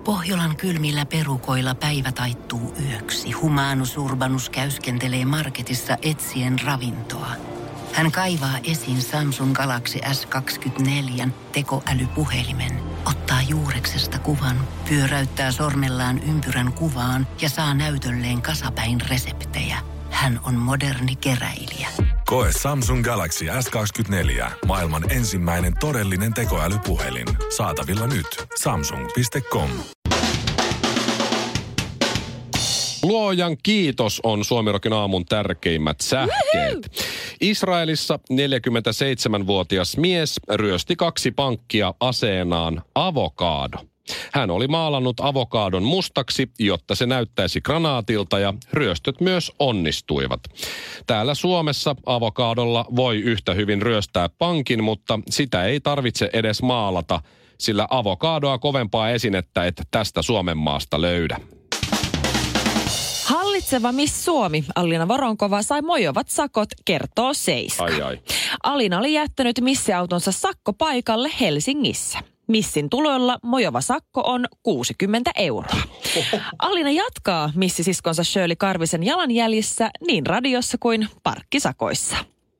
Pohjolan kylmillä perukoilla päivä taittuu yöksi. Humanus Urbanus käyskentelee marketissa etsien ravintoa. Hän kaivaa esiin Samsung Galaxy S24 tekoälypuhelimen, ottaa juureksesta kuvan, pyöräyttää sormellaan ympyrän kuvaan ja saa näytölleen kasapäin reseptejä. Hän on moderni keräilijä. Koe Samsung Galaxy S24. Maailman ensimmäinen todellinen tekoälypuhelin. Saatavilla nyt. Samsung.com. Luojan kiitos on Suomi-rokin aamun tärkeimmät sähkeet. Israelissa 47-vuotias mies ryösti 2 pankkia aseenaan avokaado. Hän oli maalannut avokaadon mustaksi, jotta se näyttäisi granaatilta ja ryöstöt myös onnistuivat. Täällä Suomessa avokaadolla voi yhtä hyvin ryöstää pankin, mutta sitä ei tarvitse edes maalata, sillä avokaadoa kovempaa esinettä et tästä Suomen maasta löydä. Hallitseva Miss Suomi, Alina Voronkova, sai mojovat sakot, kertoo Seiska. Ai. Alina oli jättänyt missiautonsa sakkopaikalle Helsingissä. Missin tuloilla mojova sakko on 60 €. Alina jatkaa missisiskonsa Shirley Karvisen jalanjäljissä niin radiossa kuin parkkisakoissa.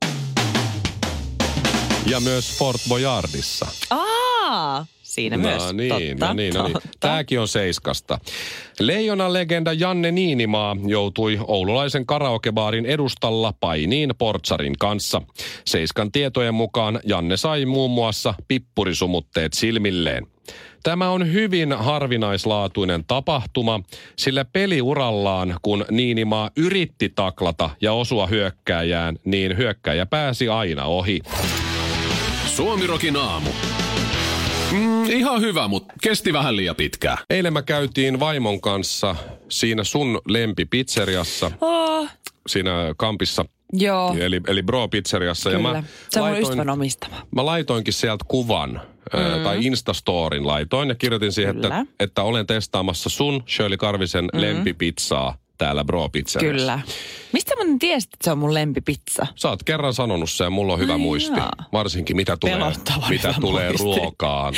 Ja myös Fort Boyardissa. Siinä myös. No niin. Tääkin on Seiskasta. Leijonan legenda Janne Niinimaa joutui oululaisen karaokebaarin edustalla painiin portsarin kanssa. Seiskan tietojen mukaan Janne sai muun muassa pippurisumutteet silmilleen. Tämä on hyvin harvinaislaatuinen tapahtuma, sillä peliurallaan, kun Niinimaa yritti taklata ja osua hyökkääjään, niin hyökkääjä pääsi aina ohi. Suomi-rokin aamu. Ihan hyvä, mutta kesti vähän liian pitkään. Eilen mä käytiin vaimon kanssa siinä sun lempipizzeriassa, siinä kampissa. Joo. Eli Bro-pizzeriassa. Kyllä. Ja se on mun ystävän omistama. Mä laitoinkin sieltä kuvan, tai Instastorin laitoin ja kirjoitin siihen, että olen testaamassa sun Shirley Karvisen lempipizzaa täällä Bro-pizzeriassa. Kyllä. Mistä mä tiesit, että se on mun lempipizza? Sä oot kerran sanonut sen ja mulla on hyvä muisti. Varsinkin mitä tulee ruokaan.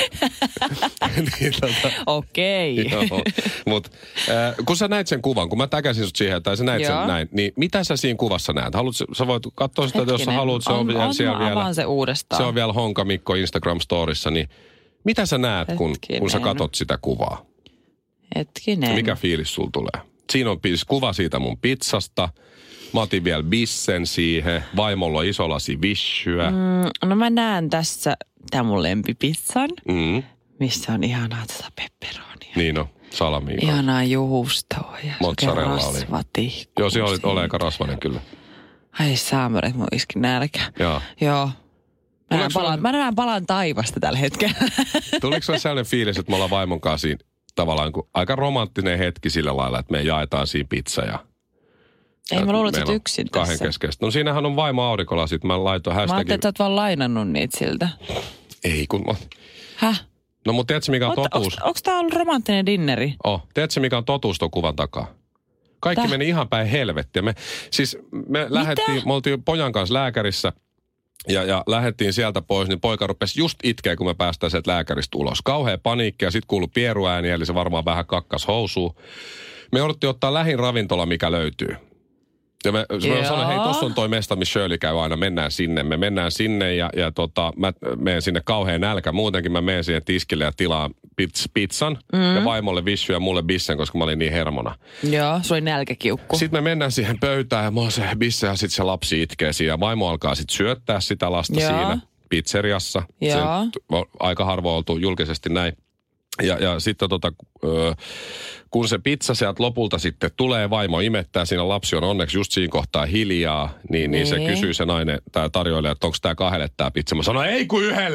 Okei. Mutta kun sä näit sen kuvan, kun mä täkäsin sut siihen, tai sä näit sen näin, niin mitä sä siinä kuvassa näet? Sä voit katsoa sitä, jos sä haluat. Se on siellä vielä. Avaan se uudestaan. Se on vielä Honka Mikko Instagram-storissa, niin mitä sä näet, kun sä katot sitä kuvaa? Hetkinen. Mikä fiilis sulla tulee? Siinä on kuva siitä mun pizzasta. Mä otin vielä bissen siihen. Vaimolla on iso lasi vissyä. No mä näen tässä tämän mun lempipizzan, missä on ihanaa pepperonia. Niin on, salamiin. Ihanaa juustoa ja rasvatihkua. Joo, se oli aika rasvainen kyllä. Ai saamaret, mun iski nälkä. Joo. Mä näen palan taivasta tällä hetkellä. Tuliko sulle sellainen fiilis, että me ollaan vaimon kanssa siinä tavallaan aika romanttinen hetki sillä lailla, että me jaetaan siinä pizza ja... Ei mä luulen, että yksin tässä. Kahden keskeistä. No siinähän on vaimo aurinkolasit. Mä laitoin hashtagin... Mä ajattelin, että sä oot vaan lainannut niitä siltä. Ei kun... Häh? No mutta tiedätkö mikä on totuus? Onko tää ollut romanttinen dinneri? Tiedätkö mikä on totuus tuon kuvan takaa? Kaikki meni ihan päin helvettiä. Me oltiin pojan kanssa lääkärissä ja lähdettiin sieltä pois, niin poika rupesi just itkeä, kun me päästään sieltä lääkäristä ulos. Kauhea paniikki ja sitten kuului pieruääni, eli se varmaan vähän kakkas housuun. Me jouduttiin ottaa lähin ravintola, mikä löytyy. Ja me sanoin, hei, tossa on toi mesta, missä Shirley käy aina, mennään sinne. Me mennään sinne ja mä menen sinne kauhean nälkä. Muutenkin mä menen siihen tiskille ja tilaan pizzan ja vaimolle vissyä ja mulle bissen, koska mä olin niin hermona. Joo, se oli nälkäkiukku. Sitten me mennään siihen pöytään ja mä oon se bisse ja sitten se lapsi itkee siinä ja vaimo alkaa sitten syöttää sitä lasta siinä pizzeriassa. Aika harvoin oltu julkisesti näin. Ja sitten kun se pizza sieltä lopulta sitten tulee, vaimo imettää, siinä lapsi on onneksi just siinä kohtaa hiljaa, niin se kysyy se nainen, tämä tarjoilija, että onko tämä 2 tämä pizza. Mä sanoin, ei kun 1.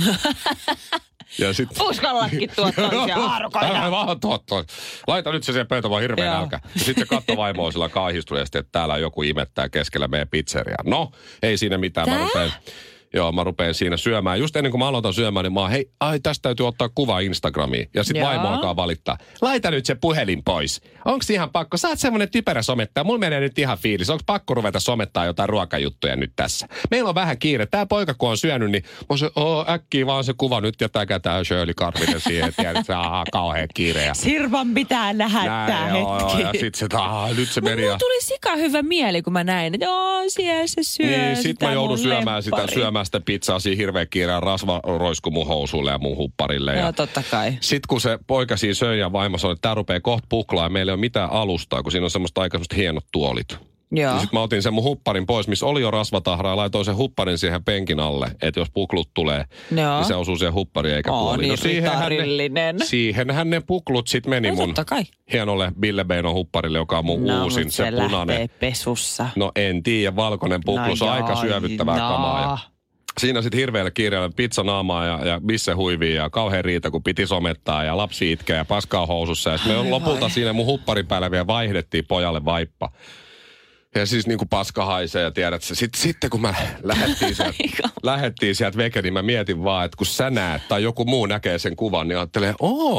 Uskallakin tuottoisia haarukoita. Laita nyt se siihen pöytä, vaan hirveä nälkä. Ja sitten se katsoi vaimoa sillä kaihistuneesti, että täällä joku imettää keskellä meidän pizzeriaa. No, ei siinä mitään. Mä rupean Joo, mä rupean siinä syömään. Just ennen kuin mä aloitan syömään, niin mä oon, tästä täytyy ottaa kuva Instagramiin. Ja sit vaimo alkaa valittaa. Laita nyt se puhelin pois. Onks ihan pakko? Sä oot semmonen typerä somettaja. Mulla menee nyt ihan fiilis. Onks pakko ruveta somettaa jotain ruokajuttuja nyt tässä? Meillä on vähän kiire. Tää poika kun on syönyt, niin mä se, äkkiä vaan se kuva nyt ja tää Shirley Karvinen siihen. Tiedät, kauhean kiire. Sirpan pitää lähettää hetki. Ja sit se, nyt se meni. Mulla tuli sika hyvä mieli, kun mä näin, että siellä se syö. Niin, sit mä joudun syömään sitä pizzaa siinä hirveän kiireen. Rasva roisku mun housuille ja mun hupparille. Joo, totta kai. Sit kun se poika siinä söi ja vaimo sanoi, että tää rupee kohta puklaa ja meillä ei ole mitään alustaa, kun siinä on aika semmoista hienot tuolit. Joo. Sit mä otin sen mun hupparin pois, missä oli jo rasvatahraa ja laitoin sen hupparin siihen penkin alle, että jos puklut tulee, niin se osuu siihen huppariin eikä puoliin. Niin siihenhän ne puklut sit meni mun hienolle Ville Beinon hupparille, joka on mun uusin, se punainen. Lähtee pesussa. No en tiedä, valkoinen puklus on aika syövyttävää kamaa. Ja siinä sitten hirveällä kiireellä pizzanaamaa ja bissehuivia ja kauhean riita, kun piti somettaa ja lapsi itkeä ja paskaa housussa. Ja sitten me lopulta siinä mun hupparin päällä vielä vaihdettiin pojalle vaippa. Ja siis niin kuin paska haisee ja tiedät sä. Sitten kun mä lähettiin sieltä veke, niin mä mietin vaan, että kun sä näet tai joku muu näkee sen kuvan, niin ajattelee,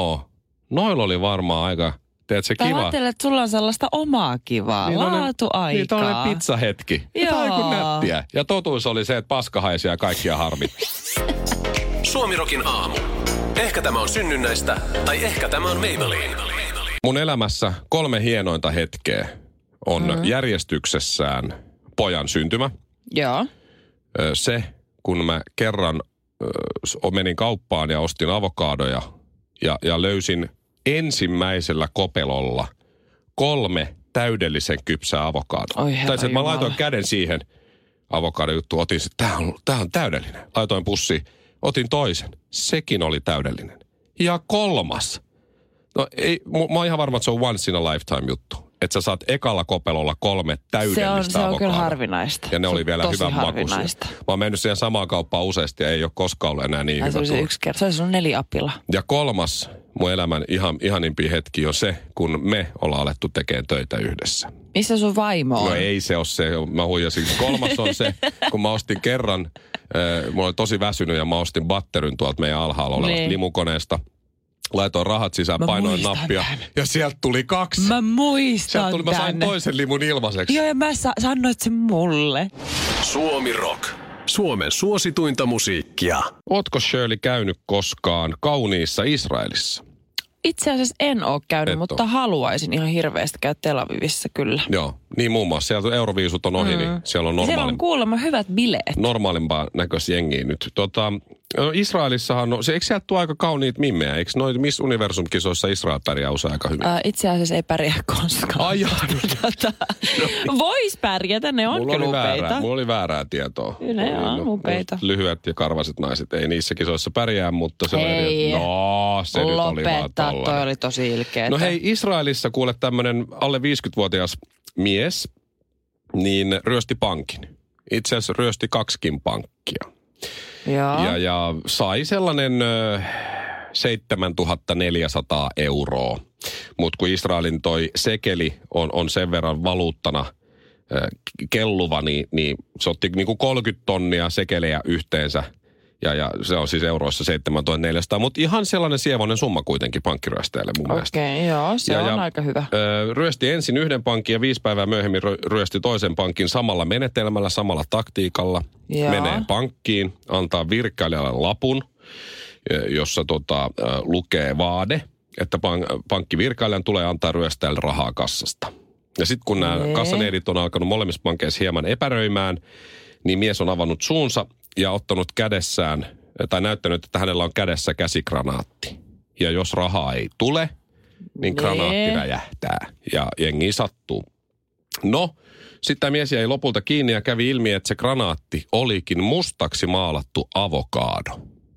noilla oli varmaan aika, teet se kiva. Ajattelee, että sulla on sellaista omaa kivaa, niin laatuaikaa. Niin tollainen pizzahetki. Tämä on nättiä. Ja totuus oli se, että paska haisee ja kaikkia harmit. Suomirokin aamu. Ehkä tämä on synnynnäistä, tai ehkä tämä on Maybelline. Mun elämässä 3 hienointa hetkeä on järjestyksessään pojan syntymä. Joo. Se, kun mä kerran menin kauppaan ja ostin avokaadoja ja löysin ensimmäisellä kopelolla 3 täydellisen kypsää avokaadoa. Tai se, että mä laitoin käden siihen avokaadojuttuun, otin se, tää on täydellinen. Laitoin pussiin, otin toisen, sekin oli täydellinen. Ja 3. No ei, mä oon ihan varma, että se on once in a lifetime juttu. Että sä saat ekalla kopelolla 3 täydellistä avokaadoa. Se on kyllä harvinaista. Ja ne oli vielä hyvän makuisia. Mä oon mennyt siihen samaan kauppaan useasti ja ei ole koskaan ollut enää niin hyvä tuo. Se olisi sun 4 apila. Ja 3. mun elämän ihanimpia hetki on se, kun me ollaan alettu tekemään töitä yhdessä. Missä sun vaimo on? No ei se ole se, mä huijasin. 3. on se, kun mä ostin kerran, mulla oli tosi väsynyt ja mä ostin batteryn tuolta meidän alhaalla olevasta limukoneesta. Laitoin rahat sisään, painoin nappia ja sieltä tuli 2. Mä muistan mä sain toisen limun ilmaiseksi. Joo, ja mä sanoit sen mulle. Suomi Rock. Suomen suosituinta musiikkia. Ootko Shirley käynyt koskaan kauniissa Israelissa? Itse asiassa en ole käynyt, mutta haluaisin ihan hirveästi käydä Tel Avivissa kyllä. Joo, niin muun muassa. Sieltä Euroviisut on ohi, niin siellä on Siellä on kuulemma hyvät bileet. Normaalimpaa näköistä jengiä nyt. Israelissahan, eikö sieltä tule aika kauniit mimmejä? Eikö noita Miss Universum-kisoissa Israel pärjää usein aika hyvin? Itse asiassa ei pärjää koskaan. Vois pärjätä, ne on kyllä upeita. Mulla oli väärää tietoa. Ne on upeita. Lyhyet ja karvaset naiset ei niissä kisoissa pärjää, mutta se oli... se nyt oli vaan tollainen. Toi oli tosi ilkeetä. No hei, Israelissa kuule tämmönen alle 50-vuotias mies, niin ryösti pankin. Itse asiassa ryösti 2 pankkia. Ja sai sellainen 7 400 €. Mutta kun Israelin toi sekeli on sen verran valuuttana kelluva, niin se otti niinku 30 tonnia sekelejä yhteensä. Ja se on siis euroissa 7 400, mutta ihan sellainen sievoinen summa kuitenkin pankkiryöstäjälle mun mielestä. Okei, joo, se on aika hyvä. Ryösti ensin 1 pankin ja 5 päivää myöhemmin ryösti toisen pankin samalla menetelmällä, samalla taktiikalla. Joo. Menee pankkiin, antaa virkailijalle lapun, jossa lukee vaade, että pankkivirkailijan tulee antaa ryöstäjälle rahaa kassasta. Ja sitten kun nämä kassaneidit on alkanut molemmissa pankeissa hieman epäröimään, niin mies on avannut suunsa ja ottanut kädessään, tai näyttänyt, että hänellä on kädessä käsikranaatti. Ja jos rahaa ei tule, niin kranaatti räjähtää ja jengi sattuu. No, sitten tämä mies jäi lopulta kiinni ja kävi ilmi, että se granaatti olikin mustaksi maalattu avokaado.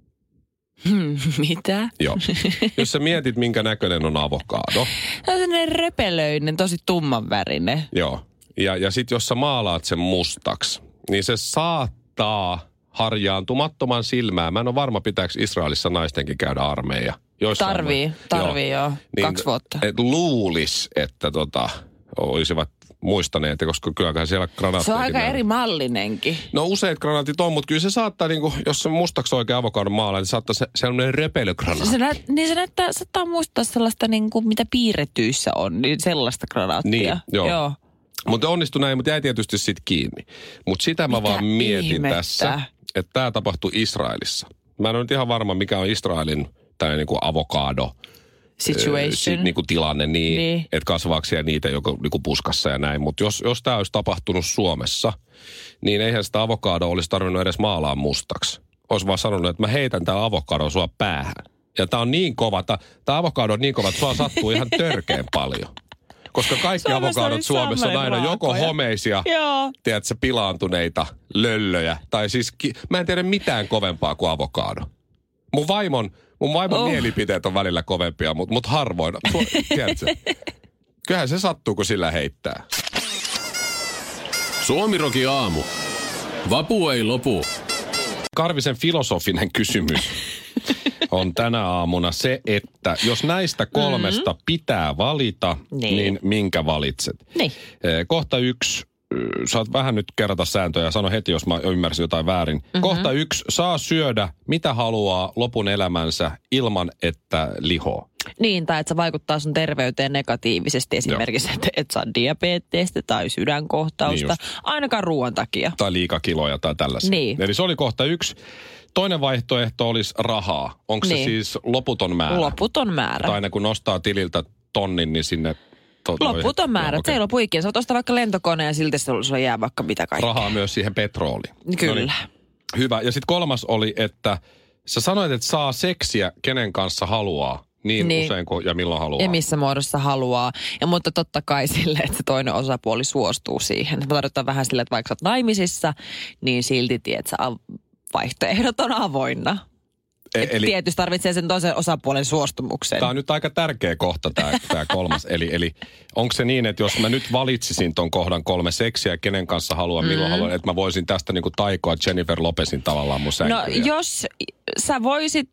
Mitä? Joo. Jos sä mietit, minkä näköinen on avokaado. Se on sellainen repelöinen, tosi tummanvärinen. Joo. Ja sitten jos sä maalaat sen mustaksi, niin se saattaa harjaantumattoman silmään. Mä en ole varma, pitääkö Israelissa naistenkin käydä armeija. Tarvii joo. 2 vuotta. Luulis, että olisivat muistaneet, koska kyllähän siellä granaatteja. Se on aika eri mallinenkin. No useat granaatit on, mutta kyllä se saattaa, niin kuin, jos se mustaksi oikein avokadon maalla, niin saattaa sellainen repeilygranaatti. Se saattaa muistaa sellaista, niin kuin, mitä piirretyissä on, niin sellaista granaattia. Niin, joo. Mutta onnistui näin, mutta jäi tietysti sitten kiinni. Mutta sitä mä vaan mietin tässä, että tämä tapahtui Israelissa. Mä en ole nyt ihan varma, mikä on Israelin tällainen niin kuin avokado situation. Niin kuin tilanne, niin. Että kasvaako siellä niitä joko niin kuin puskassa ja näin. Mutta jos tämä olisi tapahtunut Suomessa, niin eihän sitä avokadoa olisi tarvinnut edes maalaa mustaksi. Olisi vaan sanonut, että mä heitän tää avokadoa sua päähän. Ja tää on niin kova, tää avokado on niin kova, että sua sattuu ihan törkeen paljon. Koska kaikki avokadot Suomessa on aina joko homeisia, tiedätkö, pilaantuneita löllöjä. Tai siis, mä en tiedä mitään kovempaa kuin avokado. Mun vaimon mielipiteet on välillä kovempia, mutta harvoin. Tiedätkö? Kyllähän se sattuu, kun sillä heittää. Suomirokin aamu. Vapu ei lopu. Karvisen filosofinen kysymys on tänä aamuna se, että jos näistä kolmesta pitää valita, niin minkä valitset? Niin. Kohta 1, saat vähän nyt kerrata sääntöjä ja sano heti, jos mä ymmärsin jotain väärin. Kohta 1, saa syödä mitä haluaa lopun elämänsä ilman, että lihoo. Niin, tai että se vaikuttaa sun terveyteen negatiivisesti. Esimerkiksi, että et saa diabetestä tai sydänkohtausta, niin ainakaan ruoan takia. Tai liikakiloja tai tällaisia. Niin. Eli se oli kohta 1. Toinen vaihtoehto olisi rahaa. Onko se siis loputon määrä? Loputon määrä. Tai aina kun nostaa tililtä tonnin, niin sinne... Loputon määrä. Se ei lopu ikinä. Sä voit ostaa vaikka lentokoneen ja silti sulla jää vaikka mitä kaikkea. Rahaa myös siihen petrooliin. Kyllä. Noniin. Hyvä. Ja sitten kolmas oli, että sä sanoit, että saa seksiä kenen kanssa haluaa. Niin usein kuin ja milloin haluaa. Ja missä muodossa haluaa. Ja mutta totta kai sille, että se toinen osapuoli suostuu siihen. Mä tarkoitan vähän sille, että vaikka sä oot naimisissa, niin silti tiedät sä vaihtoehdot on avoinna. Eli tietysti tarvitsee sen toisen osapuolen suostumuksen. Tämä on nyt aika tärkeä kohta tämä kolmas. Eli onko se niin, että jos mä nyt valitsisin ton kohdan 3 seksiä, kenen kanssa haluan, milloin haluan, että mä voisin tästä niinku taikoa Jennifer Lopezin tavallaan mun sänkyyn? No jos sä voisit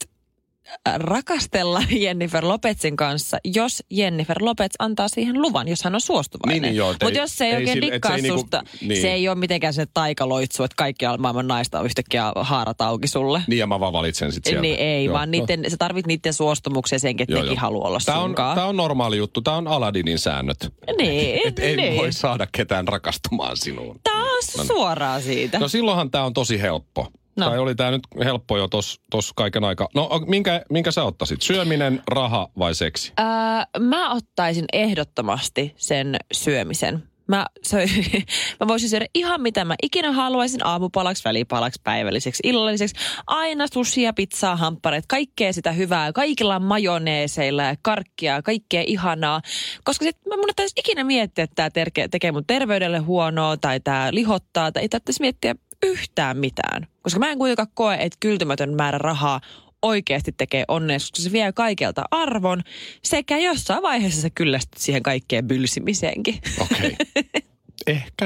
rakastella Jennifer Lopezin kanssa, jos Jennifer Lopez antaa siihen luvan, jos hän on suostuvainen. Mutta jos se ei oikein dikkaa susta, se ei ole mitenkään se taikaloitsu, että kaikki maailman naista on yhtäkkiä haarat auki sulle. Niin ja mä vaan valitsen sitten sieltä. Niin ei, vaan sä tarvit niiden suostumuksen senkin, että nekin haluaa olla sunkaan. Tämä on normaali juttu, tämä on Aladinin säännöt. Niin. Ei voi saada ketään rakastumaan sinuun. Tämä on suoraan siitä. No silloinhan tämä on tosi helppo. No. Tai oli tämä nyt helppo jo tossa kaiken aikaa. No minkä sä ottaisit? Syöminen, raha vai seksi? Mä ottaisin ehdottomasti sen syömisen. Mä voisin syödä ihan mitä mä ikinä haluaisin aamupalaksi, välipalaksi, päivälliseksi, illalliseksi. Aina sushia, pizzaa, hamppareita, kaikkea sitä hyvää. Kaikilla majoneeseilla ja karkkia, kaikkea ihanaa. Koska sit mun ei taisi ikinä miettiä, että tää tekee mun terveydelle huonoa tai tää lihottaa. Tai ei tarvitsisi miettiä yhtään mitään. Koska mä en kuitenkaan koe, että kyltymätön määrä rahaa oikeasti tekee onnea, koska se vie kaikelta arvon, sekä jossain vaiheessa se kyllästyt siihen kaikkeen bylsimiseenkin. Okei. Ehkä.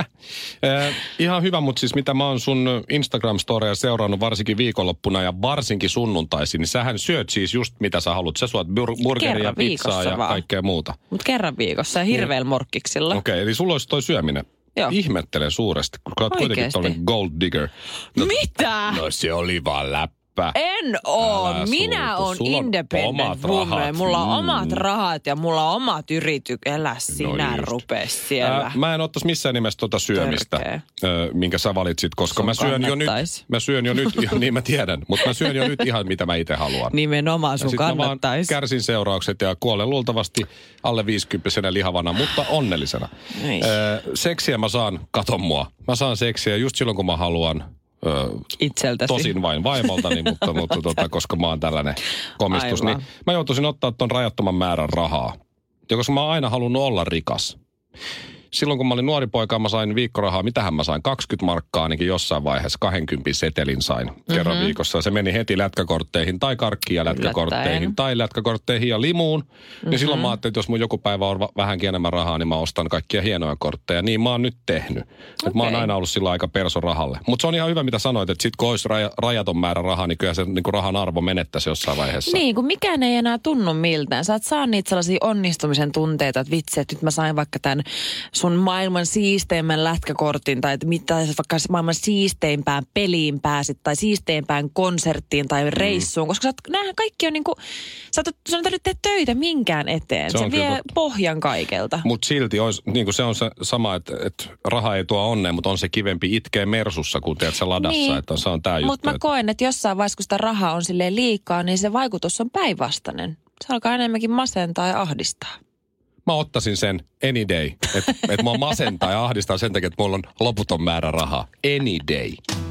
Ihan hyvä, mutta siis mitä mä oon sun Instagram-storeja seurannut varsinkin viikonloppuna ja varsinkin sunnuntaisin, niin sähän syöt siis just mitä sä haluat. Sä suot burgeria, pizzaa ja kaikkea muuta. Mutta kerran viikossa ja hirveällä morkkiksilla. Okei, eli sulla olisi toi syöminen. Joo. Ihmettelen suuresti, kun olet kuitenkin tollainen gold digger. No, mitä? No se oli vaan läppä. En oo. Minä oon independent woman. Mulla on omat rahat ja mulla on omat yritykset. Elä sinä rupes siellä. Mä en ottaisi missään nimessä tuota syömistä, minkä sä valitsit, koska mä syön jo nyt, niin mä tiedän, mutta mä syön jo nyt ihan mitä mä itse haluan. Nimenomaan sun kannattaisi. Mä vaan kärsin seuraukset ja kuolen luultavasti alle 50-vuotiaana lihavana, mutta onnellisena. Seksiä mä saan, kato mua. Mä saan seksiä just silloin kun mä haluan. Itseltäsi. Tosin vain vaimoltani, mutta koska mä oon tällainen komistus, niin mä joutuisin ottaa ton rajattoman määrän rahaa. Ja koska mä oon aina halunnut olla rikas. Silloin kun mä olin nuori poika, mä sain viikkorahaa. Mitähän mä sain? 20 markkaa ainakin jossain vaiheessa. 20 setelin sain kerran viikossa. Se meni heti lätkäkortteihin tai karkkiin ja lätkäkortteihin tai lätkäkortteihin ja limuun. Niin silloin mä ajattelin, että jos mun joku päivä on vähänkin enemmän rahaa, niin mä ostan kaikkia hienoja kortteja. Niin mä oon nyt tehnyt. Okay. Mä oon aina ollut sillä aika perso rahalle. Mutta se on ihan hyvä, mitä sanoit, että sit kun olisi rajaton määrä rahaa, niin kyllä se niin rahan arvo menettäisi jossain vaiheessa. Niin, kun mikään ei enää tunnu miltään. Sä et saa niitä sellaisia onnistumisen tunteita, että vitsi, että nyt mä sain vaikka tämän sun maailman siisteimmän lätkäkortin tai että mitä vaikka maailman siisteimpään peliin pääsit tai siisteimpään konserttiin tai reissuun, koska näähän kaikki on niinku, sä on täytyy tehdä töitä minkään eteen. Se vie pohjan kaikelta. Mutta silti niinku se on se sama, että raha ei tuo onneen, mutta on se kivempi itkeä Mersussa, kun teet se ladassa, niin. Että se on tää juttu. Mutta mä koen, että jossain vaiheessa, kun sitä rahaa on silleen liikaa, niin se vaikutus on päinvastainen. Se alkaa enemmänkin masentaa ja ahdistaa. Mä ottaisin sen any day. Että mua masentaa ja ahdistaa sen takia, että mulla on loputon määrä rahaa. Any day.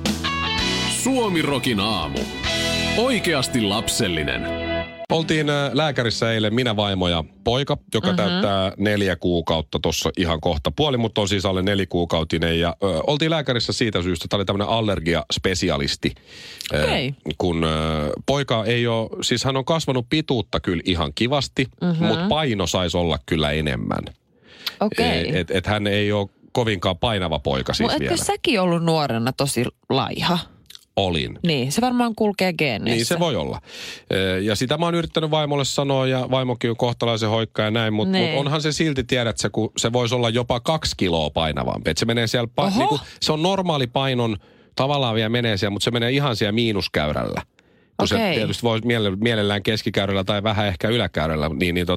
Suomirokin aamu. Oikeasti lapsellinen. Oltiin lääkärissä eilen minä, vaimo ja poika, joka täyttää 4 kuukautta tuossa ihan kohta puoli, mutta on siis alle 4-kuukautinen. Ja oltiin lääkärissä siitä syystä, tämä oli tämmöinen allergiaspesialisti. Okay. Kun poika ei ole, siis hän on kasvanut pituutta kyllä ihan kivasti, mutta paino saisi olla kyllä enemmän. Okei. Okay. Et hän ei ole kovinkaan painava poika siis vielä. Etkö säkin ollut nuorena tosi laiha? Olin. Niin, se varmaan kulkee geeneissä. Niin, se voi olla. Ja sitä mä oon yrittänyt vaimolle sanoa, ja vaimokin on kohtalaisen hoikka ja näin, mutta onhan se silti, tiedät sä, kun se voisi olla jopa 2 kiloa painavampi. Että se menee siellä, niin se on normaali painon, tavallaan vielä menee siellä, mutta se menee ihan siellä miinuskäyrällä. Kun se tietysti voi mielellään keskikäyrällä tai vähän ehkä yläkäyrällä,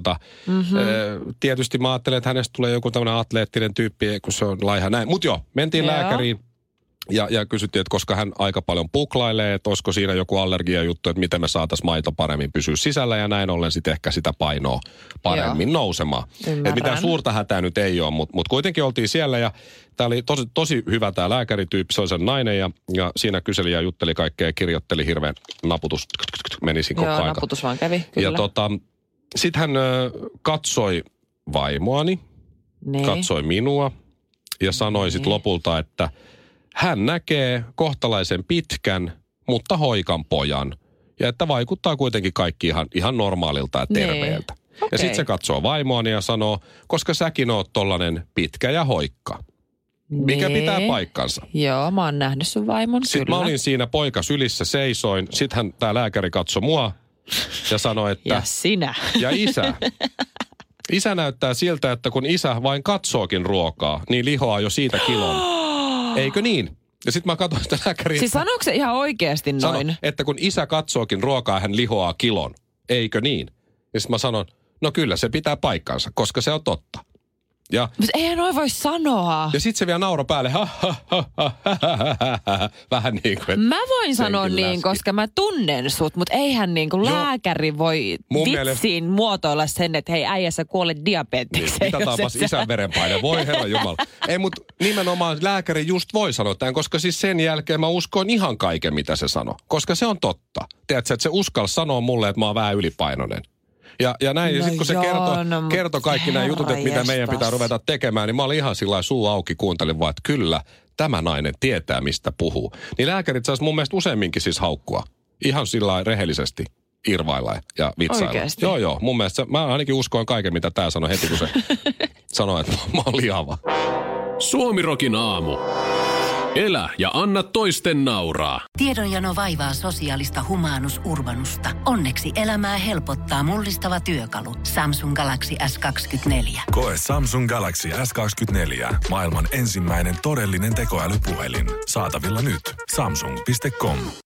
tietysti mä ajattelen, että hänestä tulee joku tämmöinen atleettinen tyyppi, kun se on laiha näin. Mutta mentiin lääkäriin. Ja kysyttiin, että koska hän aika paljon puklailee, että olisiko siinä joku allergiajuttu, että miten me saataisiin maito paremmin pysyä sisällä ja näin ollen sitten ehkä sitä painoa paremmin nousemaan. Että mitään suurta hätää nyt ei ole, mutta kuitenkin oltiin siellä ja tämä oli tosi hyvä tämä lääkärityyppi, se oli sen nainen ja siinä kyseli ja jutteli kaikkea ja kirjoitteli hirveän naputus, meni siinä koko aika. Joo, naputus vaan kävi, kyllä. Ja sitten hän katsoi vaimoani, katsoi minua ja sanoi sitten lopulta, että hän näkee kohtalaisen pitkän, mutta hoikan pojan. Ja että vaikuttaa kuitenkin kaikki ihan normaalilta ja terveeltä. Okay. Ja sitten se katsoo vaimoani ja sanoo, koska säkin oot tollanen pitkä ja hoikka. Mikä pitää paikkansa. Joo, mä oon nähnyt sun vaimon, sitten kyllä. Mä olin siinä poika sylissä, seisoin. Sittenhän tää lääkäri katsoi mua ja sanoi, että... Ja sinä. Ja isä. Isä näyttää siltä, että kun isä vain katsookin ruokaa, niin lihoaa jo siitä kilon. Eikö niin? Ja sitten mä katsoin sitä lääkäriä. Siis sanoiko se ihan oikeasti noin? Sano, että kun isä katsookin ruokaa, hän lihoaa kilon. Eikö niin? Ja sitten mä sanon, no kyllä se pitää paikkansa, koska se on totta. Mutta eihän noin voi sanoa. Ja sitten se vielä nauro päälle. Vähän niin kuin. Mä voin sanoa niin, koska mä tunnen sut, mutta eihän niin kuin lääkäri voi vitsiin muotoilla sen, että hei äijä sä kuolet diabetekseen. Niin, mitataanpas isän verenpaine. Voi herra jumala. Ei, mutta nimenomaan lääkäri just voi sanoa tämän, koska siis sen jälkeen mä uskon ihan kaiken, mitä se sanoo. Koska se on totta. Tiedätkö, että se uskalsi sanoa mulle, että mä oon vähän ylipainoinen. Ja näin, ja sitten kun se kertoi kaikki nämä jutut, että mitä meidän pitää ruveta tekemään, niin mä olin ihan sillä suu auki, kuuntelin vaan, että kyllä, tämä nainen tietää, mistä puhuu. Niin lääkärit saisi mun mielestä useamminkin siis haukkua. Ihan sillä rehellisesti irvailla ja vitsailla. Oikeasti? Joo, mun mielestä mä ainakin uskoin kaiken, mitä tää sanoi heti, kun se sanoi, että mä oon lihava. Suomirokin aamu. Elä ja anna toisten nauraa. Tiedonjano vaivaa sosiaalista humanus urbanusta. Onneksi elämää helpottaa mullistava työkalu. Samsung Galaxy S24. Koe Samsung Galaxy S24. Maailman ensimmäinen todellinen tekoälypuhelin. Saatavilla nyt. Samsung.com.